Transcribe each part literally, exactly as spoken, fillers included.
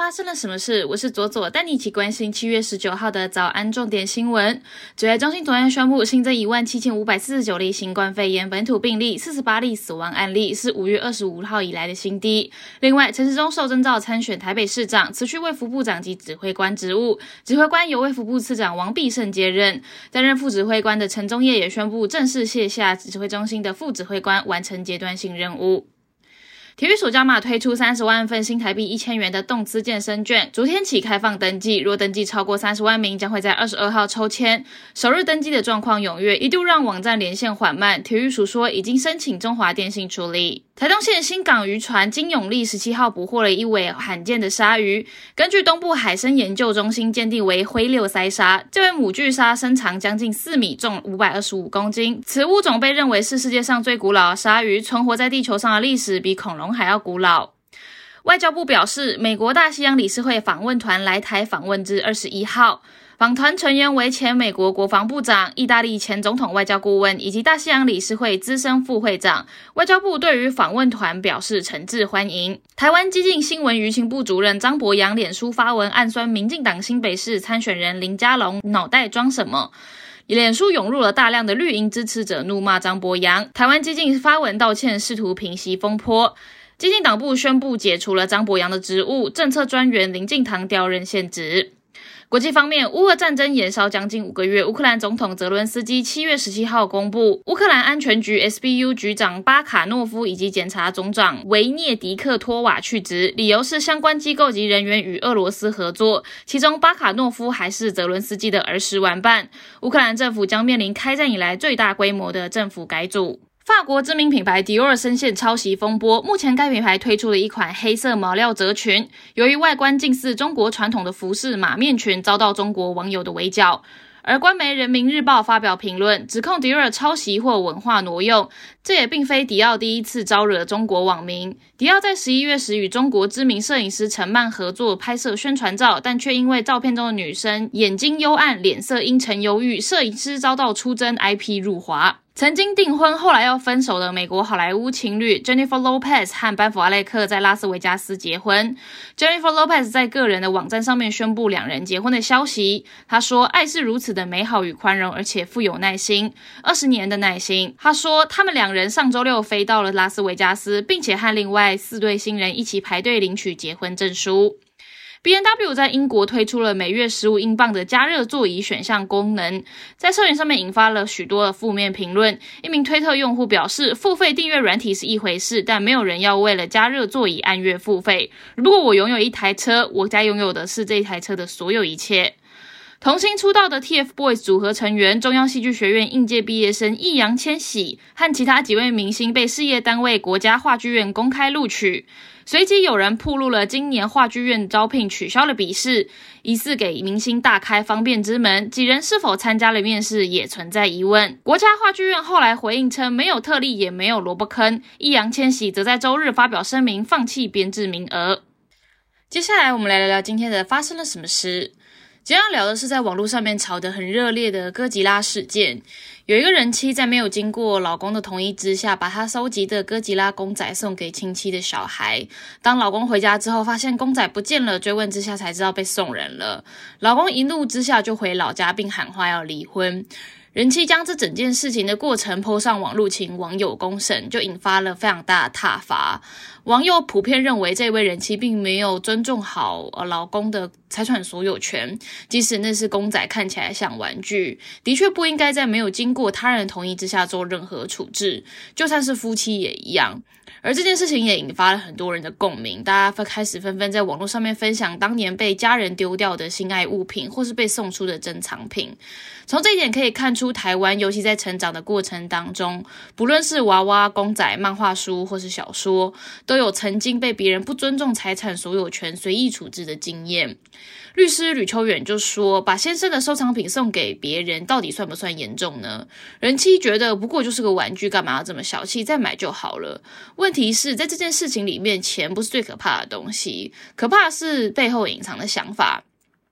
发生了什么事？我是左左，带你一起关心七月十九号的早安重点新闻。指挥中心昨天宣布新增一万七千五百四十九例新冠肺炎本土病例，四十八例死亡案例，是五月二十五号以来的新低。另外，陈时中受征召参选台北市长，辞去卫福部长及指挥官职务，指挥官由卫福部次长王必胜接任。担任副指挥官的陈宗掖也宣布正式卸下指挥中心的副指挥官，完成阶段性任务。体育署加码推出三十万份新台币一千元的动资健身券，昨天起开放登记，若登记超过三十万名，将会在二十二号抽签。首日登记的状况踊跃，一度让网站连线缓慢。体育署说已经申请中华电信处理。台东县新港渔船金永利十七号捕获了一尾罕见的鲨鱼，根据东部海生研究中心鉴定为灰六鳃鲨，这位母巨鲨身长将近四米，重五百二十五公斤。此物种被认为是世界上最古老的鲨鱼，存活在地球上的历史比恐龙还要古老。外交部表示，美国大西洋理事会访问团来台访问至二十一号。访团成员为前美国国防部长、意大利前总统外交顾问以及大西洋理事会资深副会长。外交部对于访问团表示诚挚欢迎。台湾基进新闻舆情部主任张博洋脸书发文暗酸民进党新北市参选人林佳龙脑袋装什么，脸书涌入了大量的绿营支持者怒骂张博洋。台湾基进发文道歉，试图平息风波。基进党部宣布解除了张博洋的职务，政策专员林进堂调任现职。国际方面，乌俄战争延烧将近五个月，乌克兰总统泽伦斯基七月十七号公布，乌克兰安全局 S B U 局长巴卡诺夫以及检察总长维涅迪克托瓦去职，理由是相关机构及人员与俄罗斯合作，其中巴卡诺夫还是泽伦斯基的儿时玩伴。乌克兰政府将面临开战以来最大规模的政府改组。法国知名品牌迪奥深陷抄袭风波，目前该品牌推出了一款黑色毛料褶裙，由于外观近似中国传统的服饰马面裙，遭到中国网友的围剿。而官媒人民日报发表评论，指控迪奥抄袭或文化挪用，这也并非迪奥第一次招惹中国网民。迪奥在十一月时与中国知名摄影师陈曼合作拍摄宣传照，但却因为照片中的女生眼睛幽暗，脸色阴沉忧郁，摄影师遭到出征 I P 入华。曾经订婚后来要分手的美国好莱坞情侣 Jennifer Lopez 和班弗阿勒克在拉斯维加斯结婚。 Jennifer Lopez 在个人的网站上面宣布两人结婚的消息，她说爱是如此的美好与宽容，而且富有耐心，二十年的耐心。她说他们两人上周六飞到了拉斯维加斯，并且和另外四对新人一起排队领取结婚证书。B M W 在英国推出了每月十五英镑的加热座椅选项功能，在社群上面引发了许多的负面评论。一名推特用户表示，付费订阅软体是一回事，但没有人要为了加热座椅按月付费。如果我拥有一台车，我该拥有的是这一台车的所有一切。童星出道的 T F BOYS 组合成员、中央戏剧学院应届毕业生易烊千玺和其他几位明星被事业单位国家话剧院公开录取，随即有人曝露了今年话剧院招聘取消了笔试，疑似给明星大开方便之门，几人是否参加了面试也存在疑问。国家话剧院后来回应称没有特例也没有萝卜坑，易烊千玺则在周日发表声明放弃编制名额。接下来我们来聊聊今天的发生了什么事。今天要聊的是在网络上面吵得很热烈的哥吉拉事件。有一个人妻在没有经过老公的同意之下，把他收集的哥吉拉公仔送给亲戚的小孩。当老公回家之后发现公仔不见了，追问之下才知道被送人了。老公一怒之下就回老家并喊话要离婚。人妻将这整件事情的过程 po 上网络，请网友公审，就引发了非常大的挞伐。网友普遍认为这位人妻并没有尊重好、呃、老公的财产所有权，即使那是公仔看起来像玩具，的确不应该在没有经过他人同意之下做任何处置，就算是夫妻也一样。而这件事情也引发了很多人的共鸣，大家开始纷纷在网络上面分享当年被家人丢掉的心爱物品，或是被送出的珍藏品。从这一点可以看出，台湾尤其在成长的过程当中，不论是娃娃、公仔、漫画书或是小说，都有曾经被别人不尊重财产所有权随意处置的经验。律师吕秋远就说，把先生的收藏品送给别人到底算不算严重呢？人妻觉得不过就是个玩具，干嘛要这么小气，再买就好了。问题是在这件事情里面，钱不是最可怕的东西，可怕的是背后隐藏的想法。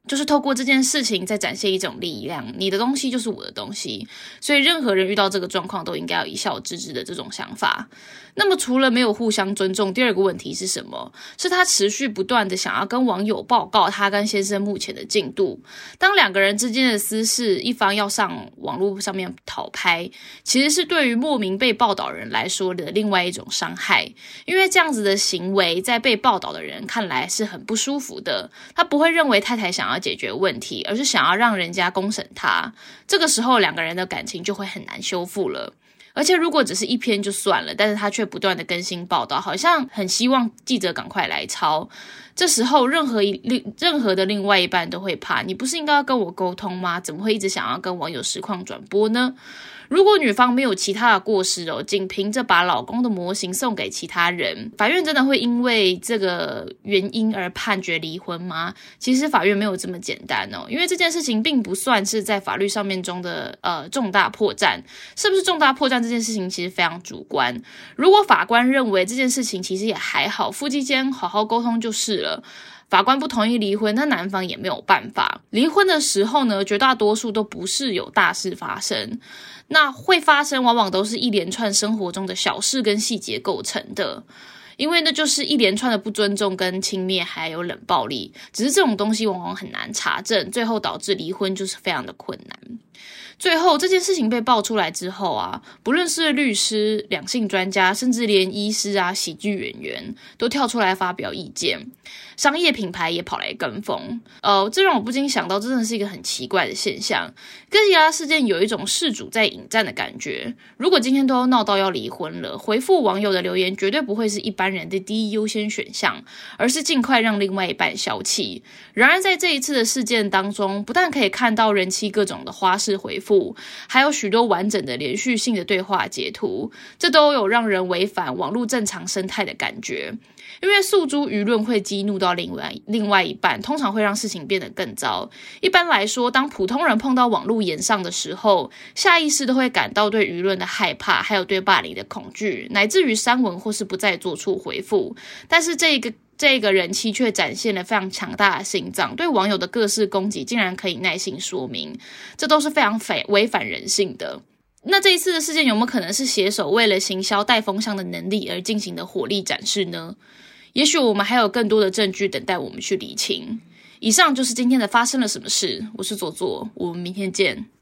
就是透过这件事情在展现一种力量，你的东西就是我的东西，所以任何人遇到这个状况都应该要一笑置之的这种想法。那么除了没有互相尊重，第二个问题是什么？是他持续不断的想要跟网友报告他跟先生目前的进度。当两个人之间的私事一方要上网络上面讨拍，其实是对于莫名被报道人来说的另外一种伤害，因为这样子的行为在被报道的人看来是很不舒服的，他不会认为太太想要解决问题，而是想要让人家公审他，这个时候两个人的感情就会很难修复了。而且如果只是一篇就算了，但是他却不断的更新报道，好像很希望记者赶快来抄，这时候任何一任何的另外一半都会怕，你不是应该要跟我沟通吗？怎么会一直想要跟网友实况转播呢？如果女方没有其他的过失哦，仅凭着把老公的模型送给其他人，法院真的会因为这个原因而判决离婚吗？其实法院没有这么简单哦，因为这件事情并不算是在法律上面中的呃重大破绽，是不是重大破绽这件事情其实非常主观。如果法官认为这件事情其实也还好，夫妻间好好沟通就是了，法官不同意离婚，那男方也没有办法。离婚的时候呢，绝大多数都不是有大事发生，那会发生往往都是一连串生活中的小事跟细节构成的，因为那就是一连串的不尊重跟轻蔑还有冷暴力，只是这种东西往往很难查证，最后导致离婚就是非常的困难。最后这件事情被爆出来之后啊，不论是律师、两性专家，甚至连医师啊、喜剧演员都跳出来发表意见，商业品牌也跑来跟风。呃，这让我不禁想到，真的是一个很奇怪的现象。哥吉拉事件有一种事主在引战的感觉。如果今天都闹到要离婚了，回复网友的留言绝对不会是一般人的第一优先选项，而是尽快让另外一半消气。然而在这一次的事件当中，不但可以看到人妻各种的花式回复，还有许多完整的连续性的对话截图，这都有让人违反网络正常生态的感觉。因为诉诸舆论会激怒到另外另外一半，通常会让事情变得更糟。一般来说，当普通人碰到网络言上的时候，下意识都会感到对舆论的害怕，还有对霸凌的恐惧，乃至于删文或是不再做出回复。但是这个这个人妻却展现了非常强大的心脏，对网友的各式攻击竟然可以耐心说明，这都是非常违反人性的。那这一次的事件有没有可能是写手为了行销带风向的能力而进行的火力展示呢？也许我们还有更多的证据等待我们去厘清。以上就是今天的发生了什么事，我是左左，我们明天见。